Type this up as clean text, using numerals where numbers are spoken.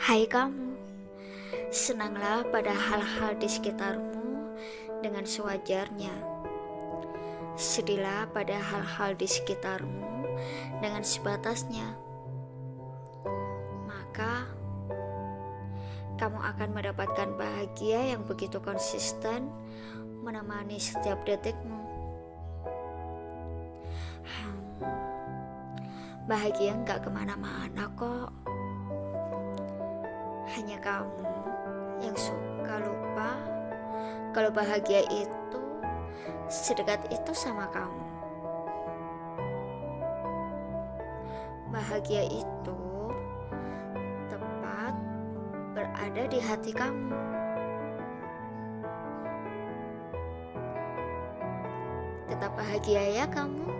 Hai kamu, senanglah pada hal-hal di sekitarmu dengan sewajarnya. Sedihlah pada hal-hal di sekitarmu dengan sebatasnya. Maka, kamu akan mendapatkan bahagia yang begitu konsisten menemani setiap detikmu. Bahagia gak kemana-mana kok. Hanya kamu yang suka lupa kalau bahagia itu sedekat itu sama kamu. Bahagia itu tepat berada di hati kamu. Tetap bahagia ya kamu.